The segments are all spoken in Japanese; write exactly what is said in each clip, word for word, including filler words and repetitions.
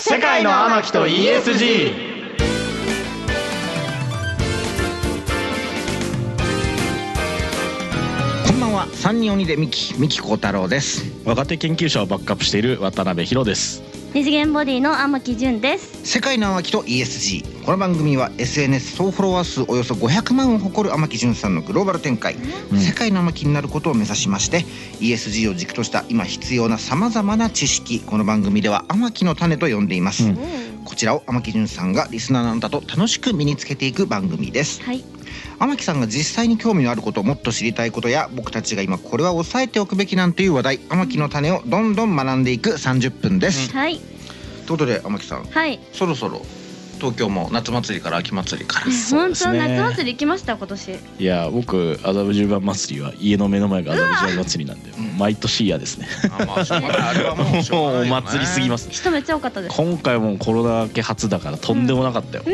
世界の天木と イーエスジー。 こんばんは。三人鬼でミキ三木幸太郎です。 若手研究者をバックアップしている渡辺博です。 二次元ボディの天木純です。 世界の天木と イーエスジー。 この番組は エスエヌエス 総フォロワー数およそごひゃくまんを誇る天木純さんのグローバル展開、うん、世界の天木になることを目指しまして イーエスジー を軸とした今必要なさまざまな知識、この番組では天木の種と呼んでいます、うん、こちらを天木純さんがリスナーのあなたと楽しく身につけていく番組です、はい。天木さんが実際に興味のあること、もっと知りたいことや僕たちが今これは押さえておくべきなんていう話題、天木の種をどんどん学んでいくさんじゅっぷんです、うん、はい。ということで天木さん、はい、そろそろ東京も夏祭りから秋祭りから、 本当、ね、夏祭り行きました今年。 いや僕麻布十番祭りは家の目の前が麻布十番祭りなんで、うん、毎年嫌ですね。あ、まあ、しょうがない。あれはもうしょうがないよね。お祭りすぎます。 人めっちゃ多かったです。 今回もコロナ明け初だからとんでもなかったよ、うん、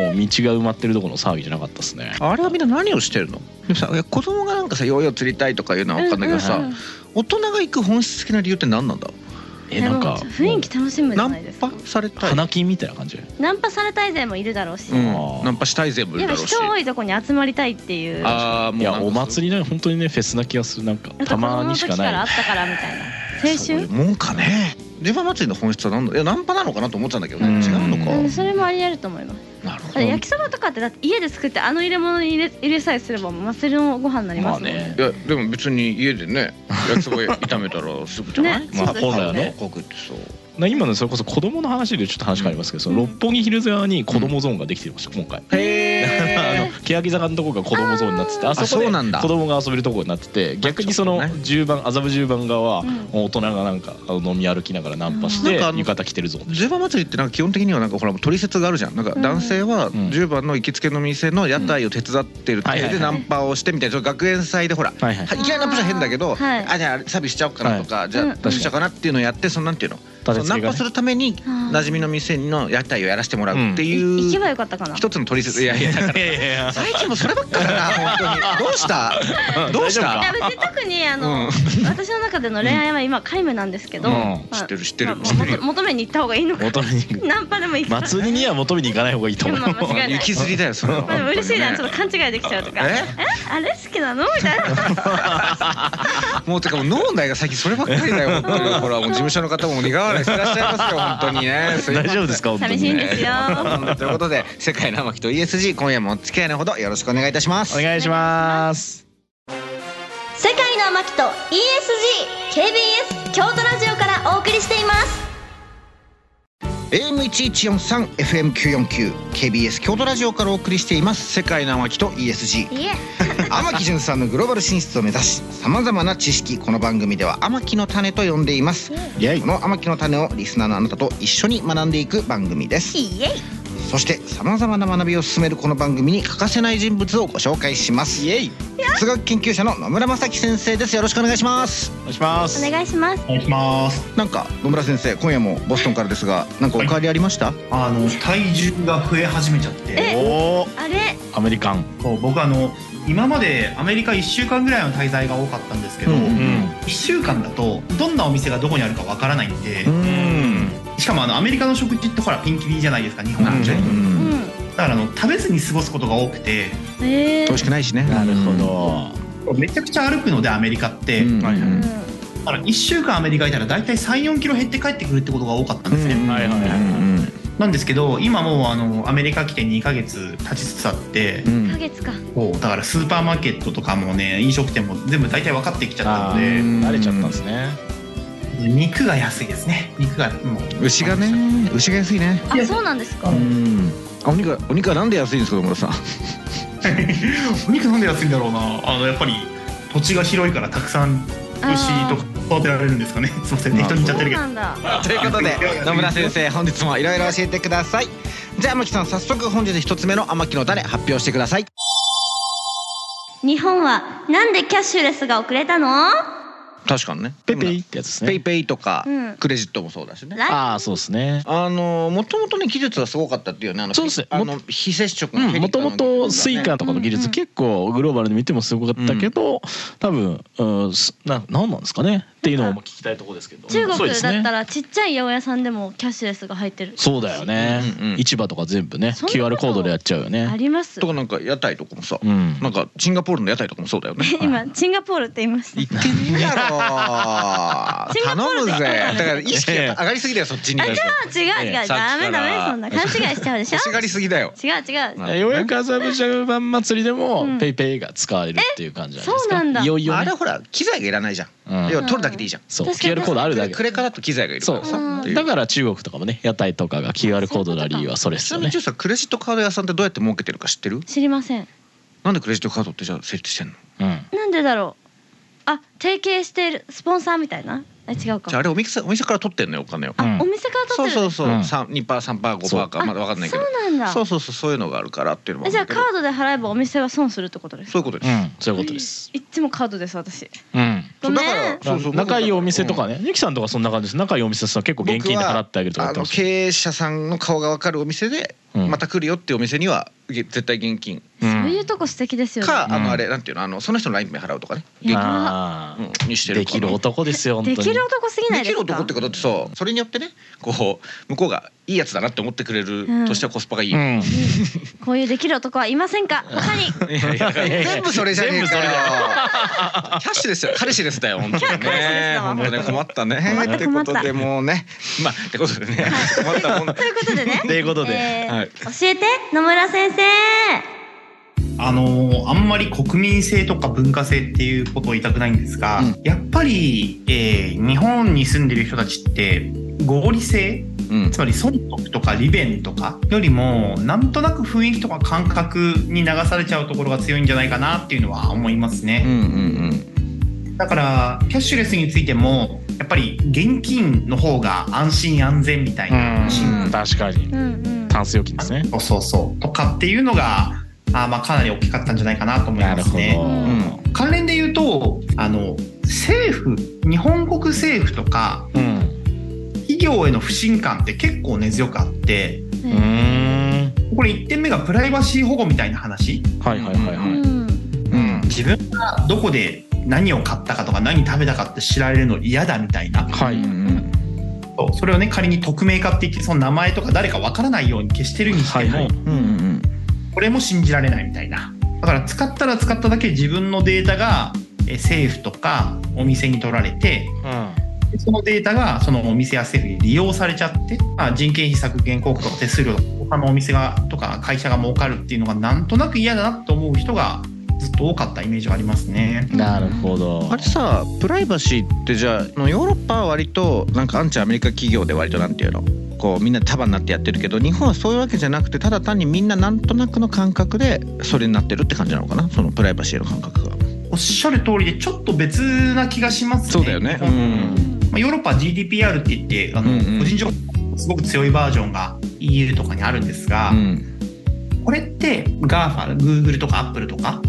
もう道が埋まってるところの騒ぎじゃなかったですね。 あれはみんな何をしてるの？でもさ、子供がなんかさヨーヨー釣りたいとかいうのは分かんないけどさ、うんうんうん、大人が行く本質的な理由って何なんだろう？ え、なんか雰囲気楽しむじゃないですか。 ナンパされたい、 花金みたいな感じ。 ナンパされたい勢もいるだろうし、 うん、ナンパしたい勢もいるだろうし、 でも人多いとこに集まりたいっていう。 ああ、もういやお祭りね、本当にねフェスな気がする。なんかたまにしかない。 あったからみたいな。青春。 そういうもんかね。十番祭りの本質は何だ。いやナンパなのかなと思ってたんだけどね。違うのか。 うん、それもあり得ると思います。なるほど。焼きそばとかってだって家で作ってあの入れ物に入れ入れさえすれば祭りのご飯になりますもんね。 いやでも別に家でね焼きそば炒めたらすぐじゃない？ まあ本来はね。今のそれこそ子供の話でちょっと話変わりますけど、その六本木ヒルズ側に子供ゾーンができてました今回。へえ。あの欅坂のとこが子供ゾーンになってて、あそこで子供が遊べるところになってて、逆にその十番麻布十番側は大人がなんか飲み歩きながらナンパして浴衣着てるゾーン。十番祭りってなんか基本的にはなんかほら取説があるじゃん。なんか男性は十番の行きつけの店の屋台を手伝ってる体でナンパをしてみたいな、学園祭でほらいきなりナンパじゃ変だけど、あじゃあサービスしちゃおうかなとか、じゃあしちゃおうかなっていうのをやって、そのなんていうの。ナンパするために馴染みの店の屋台をやらせてもらうっていう行けばよかったかな。 一つの取説。いやいやだから最近もそればっかだな本当に。どうしたどうした。 いや別に特にあの私の中での恋愛は今皆無なんですけど、 知ってる知ってる。 求めに行った方がいいのか。ナンパでもいいか。 祭りには求めに行かない方がいいと思う。 行きずりだよそれは。 嬉しいな、ちょっと勘違いできちゃうとか。えあれ好きなのみたいな。 もうてかもう脳内が最近そればっかりだよ。ほらもう事務所の方も苦笑いしてらっしゃいますよ本当にね。 大丈夫ですか本当に。 寂しいんですよ。 ということで世界の天木と イーエスジー、 今夜もお付き合いのほどよろしくお願いいたします。 お願いします。 世界の天木と イーエスジー ケービーエス 京都ラジオからお送りしています。 エーエムせんいちよんさん エフエムきゅうよんきゅう ケービーエス 京都ラジオからお送りしています世界の天木と イーエスジー。 天木純さんのグローバル進出を目指しさまざまな知識、この番組では天木の種と呼んでいます。この天木の種をリスナーのあなたと一緒に学んでいく番組です。イエイ。そしてさまざまな学びを進めるこの番組に欠かせない人物をご紹介します。イエイ。哲学研究者の野村正樹先生です。よろしくお願いします。 お願いします。 お願いします。 お願いします。 なんか野村先生、今夜もボストンからですが、なんかお変わりありました？はい、 あの体重が増え始めちゃって。 おお。あれ？ アメリカン。 そう、僕あの今までアメリカいっしゅうかんぐらいの滞在が多かったんですけど、うんうん、いっしゅうかんだとどんなお店がどこにあるかわからないんで、うん、しかもあのアメリカの食事ってほらピンキリじゃないですか、日本の食事、うん、だからあの食べずに過ごすことが多くて、 美味しくないしね。 なるほど。 めちゃくちゃ歩くのでアメリカって、うん、はいはい、だからいっしゅうかんアメリカいたらだいたいさん、よんキロ減って帰ってくるってことが多かったんですね。はいはいはい。なんですけど今もうあのアメリカ来てにかげつ経ちつつあって、 にかげつか。 だからスーパーマーケットとかもね、飲食店も全部大体分かってきちゃったので慣れちゃったんですね。 肉が安いですね。肉がもう牛がね、牛が安いね。 あ、そうなんですか。うん、 あ、お肉はお肉はなんで安いんですか野村さん。 お肉なんで安いんだろうな。あのやっぱり土地が広いからたくさん牛とか育てられるんですかね。すいません、適当に言っちゃってるけど。 ということで野村先生、本日もいろいろ教えてください。じゃあ天木さん、早速本日一つ目の天木の種発表してください。 日本はなんでキャッシュレスが遅れたの？ 確かにね、 ペイペイってやつですね。 ペイペイとか、うん、クレジットもそうだしね。 ああ、そうですね。 あのもともとね技術がすごかったっていうね。あのそうですね。 あの非接触のもともとスイカとかの技術、うん、結構グローバルで見てもすごかったけど、うん、多分、うん、ななんなんですかね。 っていうのを聞きたいところですけど、 中国だったらちっちゃい八百屋さんでもキャッシュレスが入ってる。 そうだよね、うんうん、市場とか全部ね キューアール コードでやっちゃうよね。 ありますとかなんか屋台とかもさ、うん、なんかシンガポールの屋台とかもそうだよね今シンガポールって言いました。 言ってねえやろ頼むぜ。だから意識が上がりすぎだよそっちに。 違う違う違うダメダメそんな勘違いしちゃうでしょ。 欲しがりすぎだよ。 違う違う。 ようやく麻布十番祭りでもペイペイが使われるっていう感じじゃないですか。 そうなんだ。 いよいよね。 あれほら機材がいらないじゃん。要は取るだけでいいじゃん。 そう キューアール コードあるだけ。 クレカだと機材がいるからさ。 だから中国とかもね屋台とかが キューアール コードの理由はそれですよね。 ちなみにさクレジットカード屋さんってどうやって儲けてるか知ってる？ 知りません。 なんでクレジットカードってじゃあ設置してんの？ なんでだろう。あ提携してるスポンサーみたいな。え違うか。 じゃああれお店お店から取ってんのよお金を。 あお店から取ってる。 そうそうそう三二パー三パー五パーかまだわかんないけど。 そうなんだ。 そうそうそうそういうのがあるからっていうのも。 じゃあカードで払えばお店は損するってことですか？ そういうことです。 そういうことです。 いつもカードです私。 うん。 だからそうそう仲いいお店とかね。ゆきさんとかそんな感じです。仲いいお店さ結構現金で払ってあげるとか言ってます。 経営者さんの顔がわかるお店でまた来るよっていうお店には絶対現金。 そういうとこ素敵ですよね。 かあのあれなんていうのあのその人のライン名払うとかね。現金にしてる。 できる男ですよ本当に。 できる男すぎないですか？ できる男ってことってさそれによってねこう向こうがいいやつだなって思ってくれるとしてはコスパがいい。 こういうできる男はいませんか？他に。 全部それじゃねえかよ。キャッシュですよ彼氏ですだよ本当にね。本当ね困ったね。ってことでもうねまあってことでね困ったもん。 ということでね。 ということで教えて野村先生。 あのあんまり国民性とか文化性っていうことを言いたくないんですが、うん、やっぱり、えー、日本に住んでる人たちって合理性、うん、つまり損得とか利便とかよりもなんとなく雰囲気とか感覚に流されちゃうところが強いんじゃないかなっていうのは思いますね。うんうんうん、だからキャッシュレスについてもやっぱり現金の方が安心安全みたいな、 うん、確かに、うんうん、タンス預金ですね。 そうそうそうとかっていうのがあまあかなり大きかったんじゃないかなと思いますね。うん、関連で言うとあの政府日本国政府とか、うん、企業への不信感って結構根強くあって、うん、これいってんめがプライバシー保護みたいな話。はいはいはいはい。うんうん、自分がどこで何を買ったかとか何食べたかって知られるの嫌だみたいな。はい。うん、それをね仮に匿名化って言ってその名前とか誰かわからないように消してるにしても。はいはいうんうんこれも信じられないみたいな。だから使ったら使っただけ自分のデータが政府とかお店に取られて、うん、そのデータがそのお店や政府に利用されちゃって、まあ、人件費削減広告とか手数料とか他のお店がとか会社が儲かるっていうのがなんとなく嫌だなと思う人がずっと多かったイメージはありますね。 なるほど。 あれさプライバシーってじゃあヨーロッパは割となんかアンチアメリカ企業で割となんていうのこうみんな束になってやってるけど日本はそういうわけじゃなくてただ単にみんななんとなくの感覚でそれになってるって感じなのかなそのプライバシーの感覚が。 おっしゃる通りでちょっと別な気がしますね。 そうだよね、うんまあ、ヨーロッパは ジーディーピーアール って言ってあの、うんうん、個人情報すごく強いバージョンが イーユー とかにあるんですが、うん、これって ガーファ、Google とか Apple とか、うん、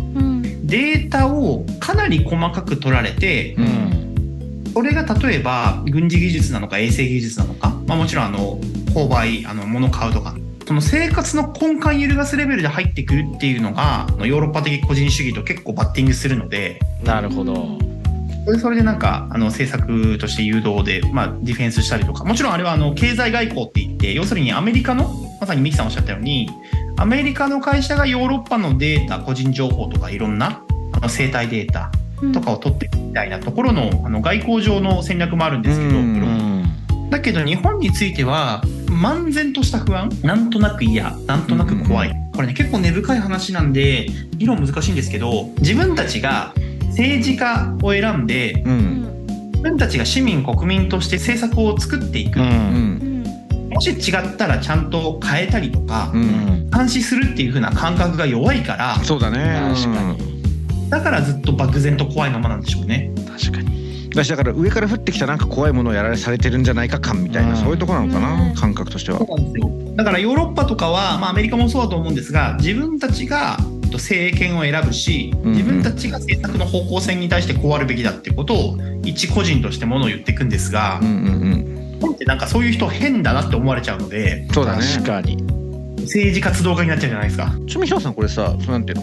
データをかなり細かく取られて、うんそれが例えば軍事技術なのか衛星技術なのか、まあ、もちろんあの購買あの物を買うとかその生活の根幹揺るがすレベルで入ってくるっていうのがヨーロッパ的個人主義と結構バッティングするので。 なるほど。 それそれでなんかあの政策として誘導で、まあ、ディフェンスしたりとかもちろんあれはあの経済外交って言って要するにアメリカのまさにミキさんおっしゃったようにアメリカの会社がヨーロッパのデータ個人情報とかいろんなあの生態データとかを取っていくみたいなところの、あの外交上の戦略もあるんですけど、だけど日本については漫然とした不安なんとなく嫌なんとなく怖いこれね結構根深い話なんで議論難しいんですけど自分たちが政治家を選んで、うん、自分たちが市民国民として政策を作っていく、うん、もし違ったらちゃんと変えたりとか、うん、監視するっていう風な感覚が弱いからそうだね確かにだからずっと漠然と怖いままなんでしょうね。 確かにだから上から降ってきたなんか怖いものをやられされてるんじゃないか感みたいな、うん、そういうところなのかな感覚としては。 そうなんですよ。だからヨーロッパとかは、まあ、アメリカもそうだと思うんですが自分たちが政権を選ぶし自分たちが政策の方向性に対してこうあるべきだっていうことを一個人としてものを言っていくんですが、うんうんうん、本ってなんかそういう人変だなって思われちゃうので。 そうだね確かに政治活動家になっちゃうじゃないですか。 ちなみにヒロさんこれさなんていうのほら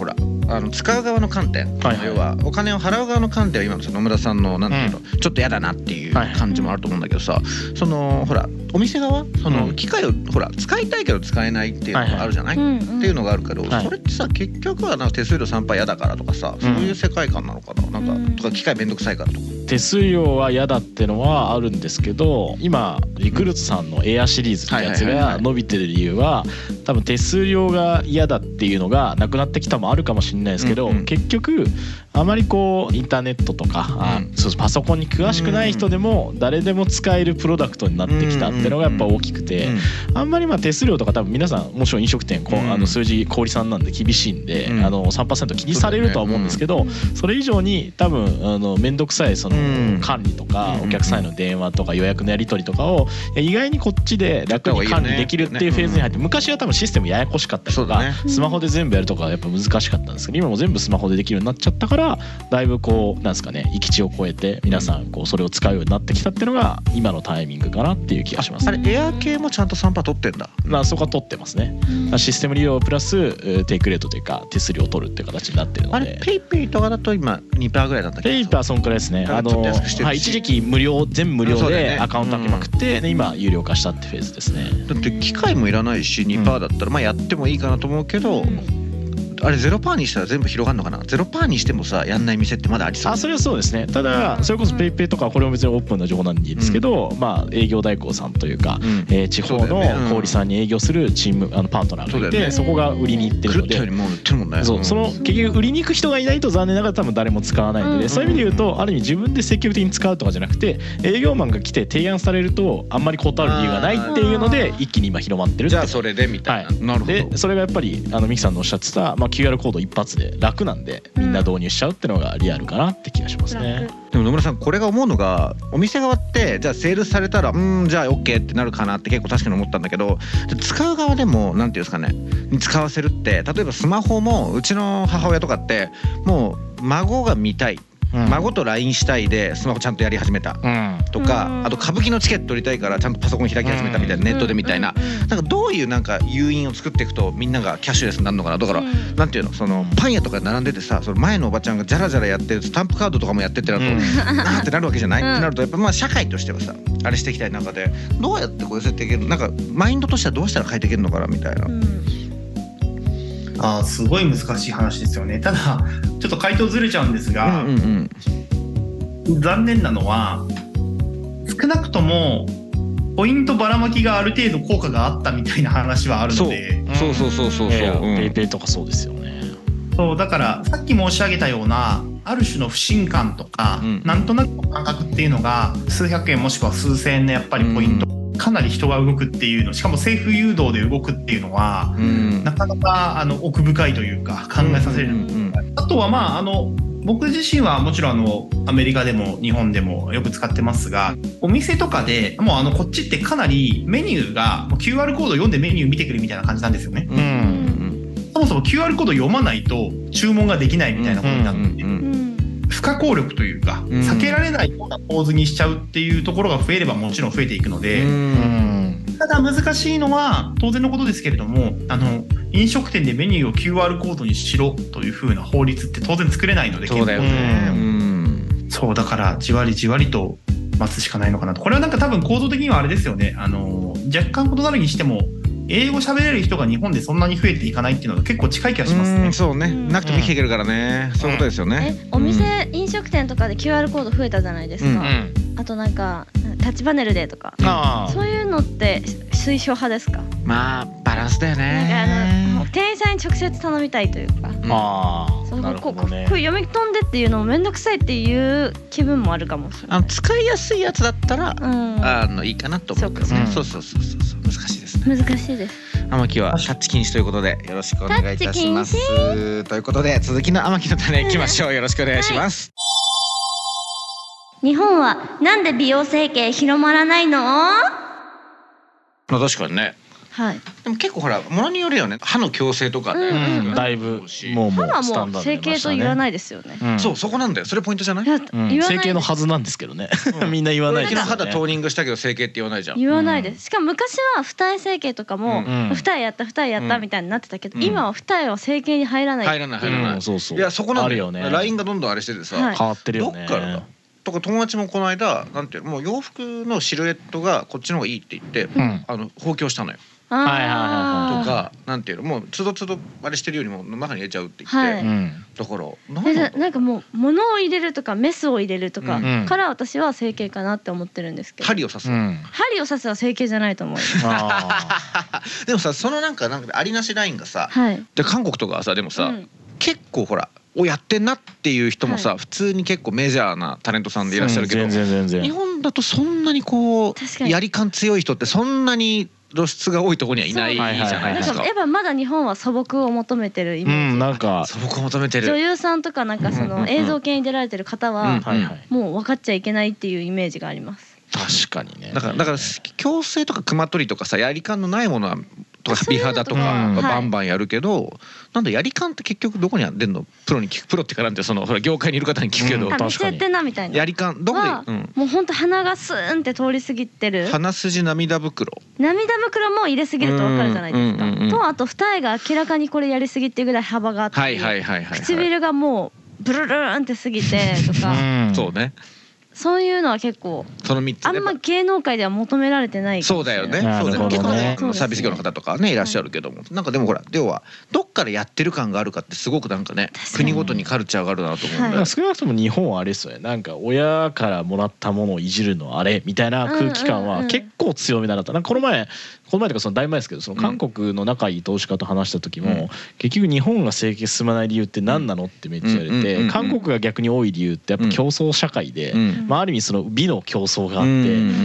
あの使う側の観点、はいはい、要はお金を払う側の観点は今のその野村さんのなんていうの、うん、ちょっと嫌だなっていう感じもあると思うんだけどさ、はい、そのほらお店側その機械を、うん、ほら使いたいけど使えないっていうのがあるじゃない、はいはい、っていうのがあるけど、はい、それってさ結局はなんか手数料さんパーセント嫌だからとかさ、そういう世界観なのかな、なんかとか機械めんどくさいからとか。 手数料は嫌だってのはあるんですけど、今リクルートさんのエアシリーズってやつが伸びてる理由は多分手数料が嫌だっていうのがなくなってきたもあるかもしれないですけど、うんうん、結局あまりこうインターネットとか、うん、そうパソコンに詳しくない人でも誰でも使えるプロダクトになってきたっていうのがやっぱ大きくて、あんまりまあ手数料とか多分皆さんもちろん飲食店こうあの数字小売さんなんで厳しいんで、うん、あの さんパーセント 気にされるとは思うんですけど、それ以上に多分あの面倒くさいその管理とかお客さんへの電話とか予約のやり取りとかを意外にこっちで楽に管理できるっていうフェーズに入って、昔は多分システムややこしかったりとかスマホで全部やるとかやっぱ難しかったんですけど、今も全部スマホでできるようになっちゃったからだいぶこうなんですかね、域地を超えて皆さんこうそれを使うようになってきたっていうのが今のタイミングかなっていう気がします。 あれエア系もちゃんと さんパーセント 取ってんだ。 まあそこは取ってますね。システム利用プラステイクレートというか手数料を取るっていう形になってるので。 あれペイペイとかだと今 にパーセント ぐらいだったっけ。 ペイペイはそんくらいですね。あのはい、一時期無料全部無料でアカウント開けまくって、ね、今有料化したってフェーズですね。 だって機械もいらないし にパーセント だったらまあやってもいいかなと思うけど、あれ ゼロパーセント にしたら全部広がるのかな。 ゼロパーセント にしてもさやんない店ってまだありそう。 あ、それはそうですね。ただそれこそペイペイとかこれも別にオープンな情報なんでいいですけど、うん、まあ営業代行さんというか、うん、えー、地方の小売さんに営業するチームあのパートナーがいて、 そ, ね、そこが売りに行ってるので、 狂ったよりも売ってるもんね。 そう、その結局売りに行く人がいないと残念ながら多分誰も使わないので、うん、そういう意味で言うとある意味自分で積極的に使うとかじゃなくて営業マンが来て提案されるとあんまり断る理由がないっていうので一気に今広まってるって。 じゃあそれでみたいな、はい、なるほど。 でそれがやっぱりあのミキさんのおっしゃってた、まあ、キューアール コード一発で楽なんでみんな導入しちゃうっていうのがリアルかなって気がしますね。 でも野村さんこれが思うのが、お店側ってじゃあセールスされたらうんじゃあ OK ってなるかなって結構確かに思ったんだけど、使う側でもなんていうんですかね、使わせるって例えばスマホもうちの母親とかってもう孫が見たい、うん、孫と ライン したいでスマホちゃんとやり始めた、うん、とか、あと歌舞伎のチケット取りたいからちゃんとパソコン開き始めたみたいな、ネットでみたいな、なんかどういうなんか誘因を作っていくとみんながキャッシュレスになるのかな。だからなんていうの、そのパン屋とか並んでてさ、その前のおばちゃんがジャラジャラやってるスタンプカードとかもやってってなると、うん、なーってなるわけじゃない、うん、ってなるとやっぱまあ社会としてはさあれしていきたい中でどうやってこう寄せていける、なんかマインドとしてはどうしたら変えていけるのかなみたいな。うん、 あーすごい難しい話ですよね。ただちょっと回答ずれちゃうんですが、うんうんうん、残念なのは少なくともポイントばらまきがある程度効果があったみたいな話はあるので、 そうそうそうそうそう、 ペイペイとかそうですよね。 そうだからさっき申し上げたようなある種の不信感とか、うん、なんとなくの感覚っていうのが数百円もしくは数千円のやっぱりポイント、うん、かなり人が動くっていうの、しかも政府誘導で動くっていうのは、うん、なかなかあの奥深いというか考えさせる、うんうん、あとはまああの僕自身はもちろんあのアメリカでも日本でもよく使ってますが、お店とかでもうあのこっちってかなりメニューが キューアール コード読んでメニュー見てくるみたいな感じなんですよね、うん、そもそも キューアール コード読まないと注文ができないみたいなことになって、うんうんうん、不可抗力というか避けられないような構図にしちゃうっていうところが増えればもちろん増えていくので、うん、ただ難しいのは当然のことですけれども、あの飲食店でメニューを キューアール コードにしろという風な法律って当然作れないので、 そうだよね、うん、 そうだからじわりじわりと待つしかないのかなと。これはなんか多分構造的にはあれですよね、あの若干異なるにしても英語喋れる人が日本でそんなに増えていかないっていうのが結構近い気がしますね。 うん、そうね、なくても生きていけるからね、うん、そういうことですよね。 えお店、うん、飲食店とかで キューアール コード増えたじゃないですか、うんうん、あとなんかタッチパネルでとか、うん、そういうのって推奨派ですか？ まあバランスだよね。 なんかあの店員さんに直接頼みたいというか、 ああ、 そうなるほどね。 こう読み飛んでっていうのもめんどくさいっていう気分もあるかもしれない。 あの使いやすいやつだったら、うん、あのいいかなと思うけどね、うん、そうそうそうそうそう、難しいですね。 難しいです。 天木はタッチ禁止ということでよろしくお願いいたします。ということで続きの天木の種いきましょう。よろしくお願いします。 はい、日本はなんで美容整形広まらないの？ まあ確かにね、 はい、 でも結構ほらものによるよね。歯の矯正とかね、 うんうん、だいぶもうもうスタンダードになりましたね。 整形と言わないですよね、 うん、 そうそこなんだよ。それポイントじゃない？ うん、整形のはずなんですけどねみんな言わないですよね。 肌トーニングしたけど整形って言わないじゃん。 言わないです。しかも昔は二重整形とかも、うん、二重やった二重やったみたいになってたけど、うん、今は二重は整形に入らない。 入らない入らない、うん、そうそう。いやそこなんだよね。ラインがどんどんあれしててさ、 はい、変わってるよね。 どっからだとか友達もこの間なんていうもう洋服のシルエットがこっちの方がいいって言って、うん、あの放棄したのよ。 はいはいはいはい。 とかなんていうのもうつどつどあれしてるよりも中に入れちゃうって言って、はい、だからなんだなんかもう物を入れるとかメスを入れるとかから私は整形かなって思ってるんですけど、 針を刺す、うん、 針を刺すは整形じゃないと思うでもさそのなんかなんかありなしラインがさ、はい、で韓国とかはさでもさ、うん、結構ほらをやってんなっていう人もさ、はい、普通に結構メジャーなタレントさんでいらっしゃるけど、全然全然日本だとそんなにこうやり感強い人ってそんなに露出が多いところにはいないじゃないですか。 やっぱまだ日本は素朴を求めてるイメージ、 うん、なんか素朴を求めてる女優さんとかなんかその映像系に出られてる方はもう分かっちゃいけないっていうイメージがあります。 確かにね。 だからだから矯正とか熊取りとかさやり感のないものはとか美肌とかバンバンやるけど、うん、なんだやり感って結局どこに出んの？プロに聞く。プロってからってそのほら業界にいる方に聞くけど、うん、 見せてなみたいなやり感どこで、うん、 もう本当鼻がスーンって通り過ぎてる鼻筋涙袋涙袋も入れすぎると分かるじゃないですか、うんうんうん、とあと二重が明らかにこれやりすぎっていうぐらい幅があって唇がもうブルルーンって過ぎてとか、 うん、そうねそういうのは結構そのみっつあんま芸能界では求められてない。 そうだよね。そうだよね。結構ねサービス業の方とかねいらっしゃるけども、なんかでもほら要はどっからやってる感があるかってすごくなんかね国ごとにカルチャーがあるなと思うんで、 少なくとも日本はあれですよね。なんか親からもらったものをいじるのあれみたいな空気感は結構強めだなと。なんかこの前この前とかそのだいぶ前ですけど、その韓国の仲いい投資家と話した時も結局日本が整形進まない理由って何なのってめっちゃ言われて、韓国が逆に多い理由ってやっぱ競争社会で、まあある意味その美の競争があって、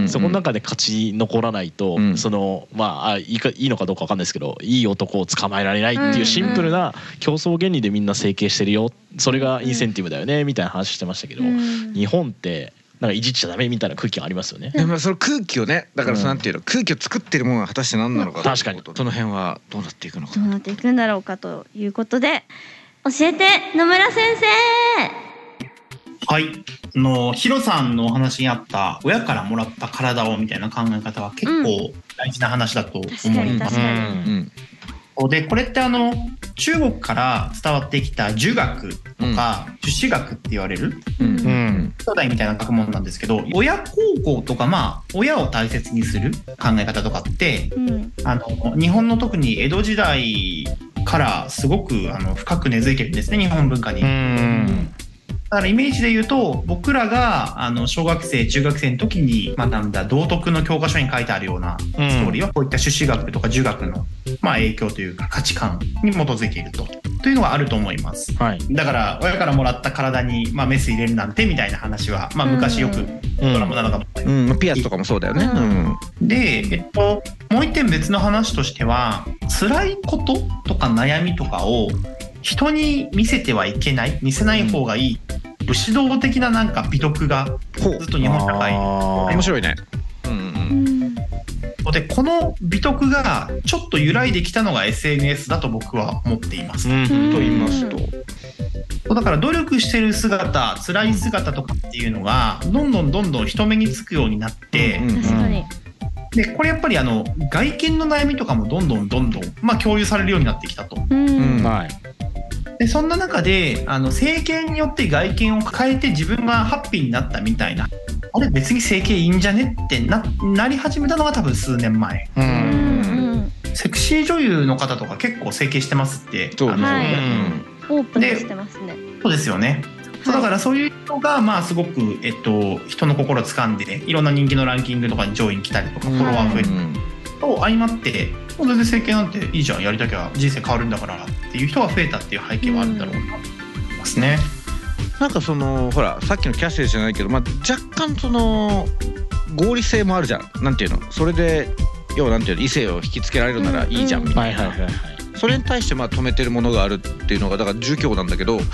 そこの中で勝ち残らないと、そのまあいいかいいのかどうか分かんないですけど、いい男を捕まえられないっていうシンプルな競争原理でみんな整形してるよ、それがインセンティブだよねみたいな話してましたけど、日本ってなんかいじっちゃダメみたいな空気がありますよね。 でもその空気をね、だからそのなんていうの、空気を作ってるものが果たして何なのか、 確かにその辺はどうなっていくのか、 どうなっていくんだろうかということで、教えて野村先生。 はい、あのヒロさんのお話にあった親からもらった体をみたいな考え方は結構大事な話だと思います。でこれってあの中国から伝わってきた儒学とか朱子学って言われる兄弟みたいな学問なんですけど、親孝行とかまあ親を大切にする考え方とかって、うん、あの日本の特に江戸時代からすごくあの深く根付いてるんですね、日本文化に。うんだからイメージで言うと、僕らがあの小学生中学生の時に学んだ道徳の教科書に書いてあるようなストーリーは、こういった朱子学とか儒学のまあ影響というか価値観に基づいているとというのがあると思います、はい、だから親からもらった体にまあメス入れるなんてみたいな話は、まあ、昔よくドラマなのかと思います、 うんうん、ピアスとかもそうだよね、 うん、で、えっと、もう一点別の話としては、辛いこととか悩みとかを人に見せてはいけない、見せない方がいい、武士道的ななんか美徳がずっと日本社会面白いね。うんうんうん、でこの美徳がちょっと揺らいできたのが エスエヌエス だと僕は思っています。うん、 と言いますと、 だから努力してる姿、辛い姿とかっていうのがどんどんどんどん人目につくようになって、 うんうん、確かに。 でこれやっぱりあの外見の悩みとかもどんどんどんどん、まあ、共有されるようになってきたと。うんうんはいでそんな中であの整形によって外見を変えて自分がハッピーになったみたいな、あれ別に整形いいんじゃねって な, なり始めたのが多分数年前。うんうんセクシー女優の方とか結構整形してますって。 そうですね、はいうん、オープンにしてますね。 そうですよね。そうだからそういう人がまあすごく、えっと、人の心を掴んでね、いろんな人気のランキングとかに上位に来たりとか、フォロワー増えると相まって、全然整形なんていいじゃん、やりたきゃ人生変わるんだからっていう人が増えたっていう背景はあるんだろうなと思いますね。 なんかそのほらさっきのキャッシュじゃないけど、まあ、若干その合理性もあるじゃん。なんていうの、それで要はなんていうの、異性を引きつけられるならいいじゃんみたいな、そそれに対してまあ止めてるものがあるっていうのがだから儒教なんだけど、うん、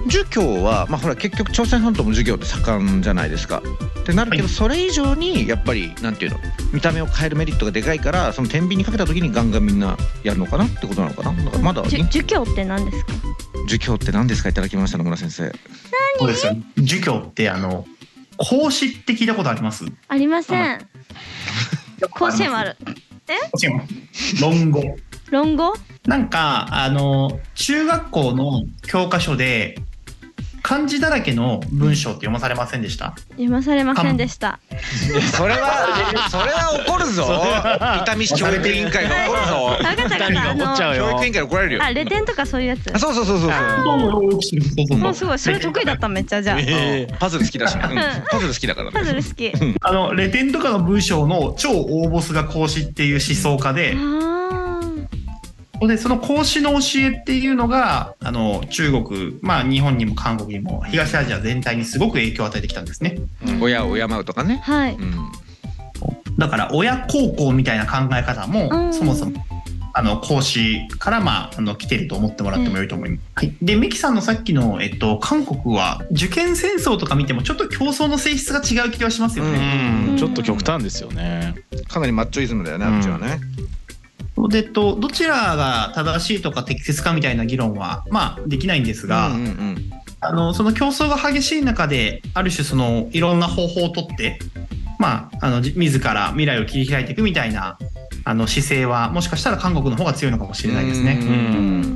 儒教はまあほら結局朝鮮半島も儒教って盛んじゃないですかってなるけど、それ以上にやっぱりなんていうの見た目を変えるメリットがでかいから、その天秤にかけた時にガンガンみんなやるのかなってことなのかな。だからまだ儒教って何ですか。 儒教って何ですか。いただきました野村先生。 そうですよ。儒教ってあの孔子って聞いたことあります？ ありません。甲子園はある。え？ 論語。 論語？ なんかあの中学校の教科書で漢字だらけの文章って読まされませんでした？ 読まされませんでした。 それはそれは怒るぞ。伊丹市教育委員会が怒るぞ。 分かった分かった。あの教育委員会怒られるよ。 あ、レ点とかそういうやつ。 あ、そうそうそうそうそう。 もうすごいそれ得意だっためっちゃじゃあ。 パズル好きだしね。パズル好きだからね。 パズル好き。 あのレ点とかの文章の超大ボスが孔子っていう思想家で。でその孔子の教えっていうのがあの中国、まあ日本にも韓国にも東アジア全体にすごく影響を与えてきたんですね。 うん、親を敬うとかね。 はい。 うん、だから親孝行みたいな考え方もそもそもあの孔子からまああの来てると思ってもらっても良いと思います。はい。でミキさんのさっきのえっと韓国は受験戦争とか見てもちょっと競争の性質が違う気がしますよね。 うん、ちょっと極端ですよね。 かなりマッチョイズムだよね、あっちはね。 でとどちらが正しいとか適切かみたいな議論はまあできないんですが、うんうんうん、あのその競争が激しい中である種そのいろんな方法をとってまああの自ら未来を切り開いていくみたいなあの姿勢はもしかしたら韓国の方が強いのかもしれないですね。うんうん、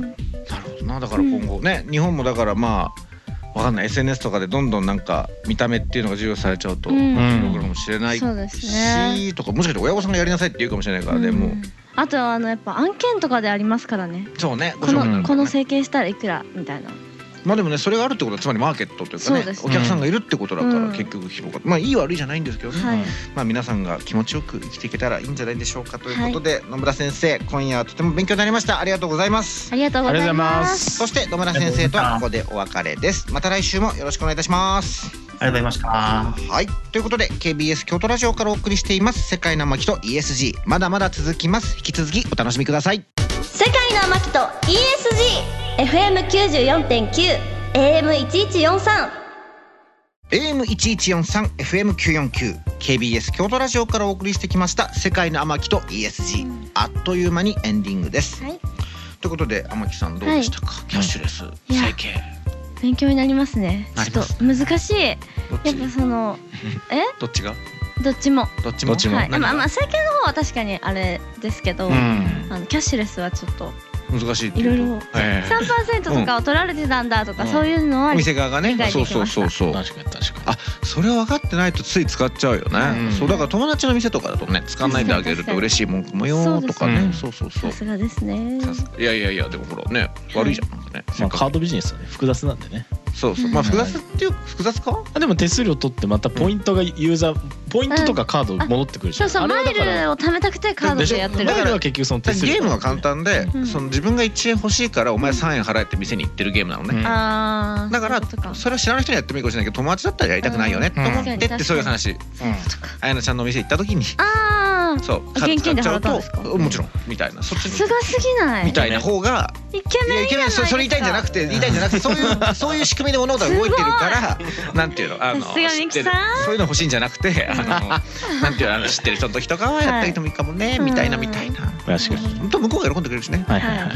なるほどな。だから今後ね、うん、日本もだからまあわかんない エスエヌエス とかでどんどんなんか見た目っていうのが重要されちゃうと広がるかもしれないし、うんね、とかもしかして親御さんがやりなさいって言うかもしれないから、うん、でもあとはあのやっぱ案件とかでありますからね。 そうね。 このこの整形したらいくらみたいな。 まあでもねそれがあるってことはつまりマーケットというかね、お客さんがいるってことだから結局広がる。まあいい悪いじゃないんですけどね。まあ皆さんが気持ちよく生きていけたらいいんじゃないでしょうかということで、野村先生今夜はとても勉強になりました。ありがとうございます。 ありがとうございます。 そして野村先生とはここでお別れです。また来週もよろしくお願いいたします。 ありがとうございました。 はい、ということで ケービーエス 京都ラジオからお送りしています世界の天木と イーエスジー、 まだまだ続きます。引き続きお楽しみください。 世界の天木と イーエスジー エフエムきゅうじゅうよんてんきゅう エーエムいちいちよんさんエーエムいちいちよんさん エフエムきゅうよんきゅう ケービーエス 京都ラジオからお送りしてきました世界の天木と イーエスジー、うん、あっという間にエンディングです、はい、ということで天木さんどうでしたか、はい、キャッシュレス整形勉強になりますね。ちょっと難しい。やっぱそのえどっちがどっちもどっちも、 はい、まあまあ整形の方は確かにあれですけど、うん、あのキャッシュレスはちょっと難しいいろいろ さんパーセント とかを取られてたんだとか、そういうのはお店側がね、 そうそうそうそう、 確かに確かに、 あ、それは分かってないとつい使っちゃうよね。そうだから友達の店とかだとね、使わないであげると嬉しいもんもよとかね、そうそうそう。 さすがですね。 いやいやいやでもほらね、悪いじゃんなんかね。 まあカードビジネスはね複雑なんでね。 そうそう、まあ複雑っていう複雑か？ でも手数料取ってまたポイントがユーザーポイントとかカード戻ってくるし、 そうそう、マイルを貯めたくてカードでやってる。 マイルは結局その手数料。 ゲームは簡単で、その自分がいちえん欲しいからお前さんえん払えって店に行ってるゲームなのね。 ああ。 だからそれは知らない人にやってもいいかもしれないけど、友達だったらやりたくないよねと思ってってそういう話。あやなちゃんのお店行った時に。ああ。そう。 現金で払ったんですか？ もちろんみたいな。 さすがすぎない。 みたいな方が。イケメン。イケメンそれ言いたいんじゃなくて言いたいんじゃなくてそういうそういう仕組みで物事が動いてるからなんていうのあのそういうの欲しいんじゃなくてあのなんていうの知ってる人の時とかはやったりともいいかもねみたいなみたいな。 確かに。 本当向こうが喜んでくれるしね。はいはいはい。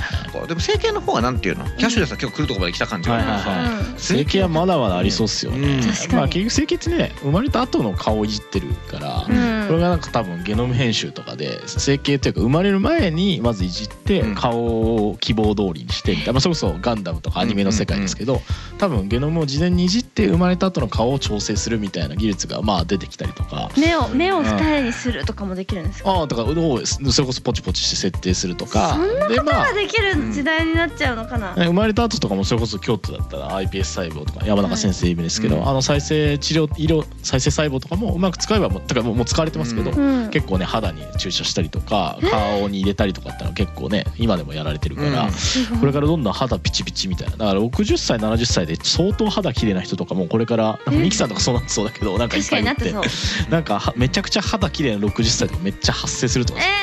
でも整形の方はなんていうのキャッシュレスは結構来るところまで来た感じがある。 整形はまだまだありそうっすよね。まあ結局整形ってね生まれた後の顔をいじってるからこれがなんか多分ゲノム編集とかで整形というか生まれる前にまずいじって顔を希望通りにしてみたいな、まあそれこそガンダムとかアニメの世界ですけど多分ゲノムを事前にいじって生まれた後の顔を調整するみたいな技術がまあ出てきたりとか、 目を目を二重にするとかもできるんですか？ ああ、だからそれこそポチポチして設定するとか、 そんなことができる時代になっちゃうのかな。 生まれた後とかもそれこそ京都だったら アイピーエス 細胞とか山中先生意味ですけど、あの再生治療医療再生細胞とかもうまく使えばもうかもう使われてますけど、結構ね肌に注射したりとか顔に入れたりとかってのは結構ね今でもやられてるから、これからどんどん肌ピチピチみたいな。だからろくじゅっさいななじゅっさいで相当肌綺麗な人とかもこれからなんかミキさんとかそうなってそうだけどなんかいっぱいいってなんかめちゃくちゃ肌綺麗なろくじゅっさいとかめっちゃ発生するとか。 えー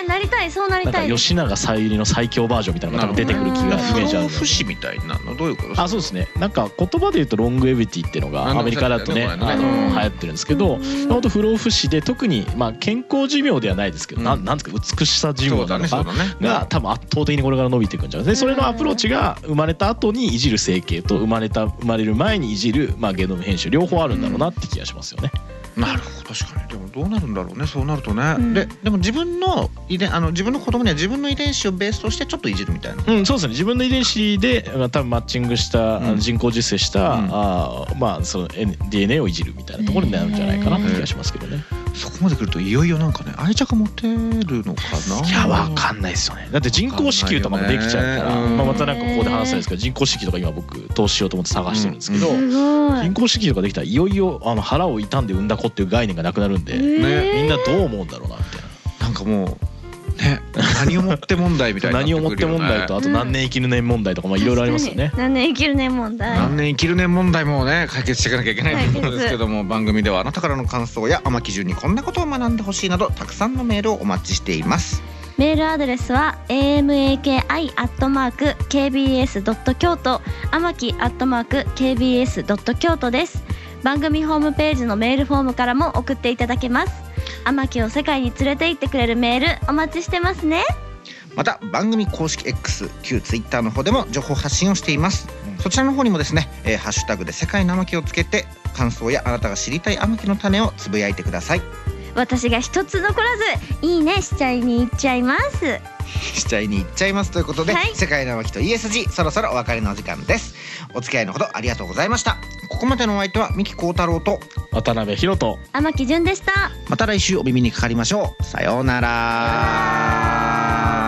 なりたい、そうなりたい。 吉永小百合の最強バージョンみたいなのが多分出てくる気がイメージある。 不死みたいなのどういうことですか？ あ、そうですね。なんか言葉で言うとロングエビティっていうのがアメリカだとね、あの流行ってるんですけど、本当不老不死で特にまあ健康寿命ではないですけど、なんなんですか美しさ寿命なのかが多分圧倒的にこれから伸びていくんじゃないですか。それのアプローチが生まれた後にいじる整形と生まれた生まれる前にいじるまあゲノム編集両方あるんだろうなって気がしますよね。 なるほど、確かに。でもどうなるんだろうね、そうなるとね。うん、ででも自分の遺伝あの自分の子供には自分の遺伝子をベースとしてちょっといじるみたいな。 うん、そうですね。自分の遺伝子で多分マッチングした、うん、人工授精した、うん、あまあその ディーエヌエー をいじるみたいなところになるんじゃないかなって気がしますけどね。 そこまで来るといよいよなんかね愛着持てるのかな。 いやわかんないですよね。だって人工子宮とかもできちゃうから、まあ、またなんかここで話したんですけど人工子宮とか今僕投資しようと思って探してるんですけど、うん、人工子宮とかできたらいよいよあの腹を傷んで産んだ子っていう概念がなくなるんで、ね、みんなどう思うんだろうなみたいな。 なんかもうね、何をもって問題みたいな、 何をもって問題とあと何年生きる年問題とかいろいろありますよね。 何年生きる年問題何年生きる年問題もね解決していかなきゃいけないところですけども、番組ではあなたからの感想や天木順にこんなことを学んでほしいなどたくさんのメールをお待ちしています。 メールアドレスは エーエムエーケーアイ アットマーク ケービーエス ドット 京都、天木 アットマーク ケービーエス ドット 京都です。番組ホームページのメールフォームからも送っていただけます。天木を世界に連れて行ってくれるメールお待ちしてますね。 また番組公式 X 旧 Twitter の方でも情報発信をしています、うん、そちらの方にもですね、えー、ハッシュタグで世界の天木をつけて感想やあなたが知りたい天木の種をつぶやいてください。 私が一つ残らずいいねしちゃいに行っちゃいますしちゃいに行っちゃいますということで、はい、世界の天木と イーエスジー そろそろお別れのお時間です。お付き合いのほどありがとうございました。ここまでのお相手は三木幸太郎と渡辺裕人、 天木純でした。 また来週お耳にかかりましょう。さようなら。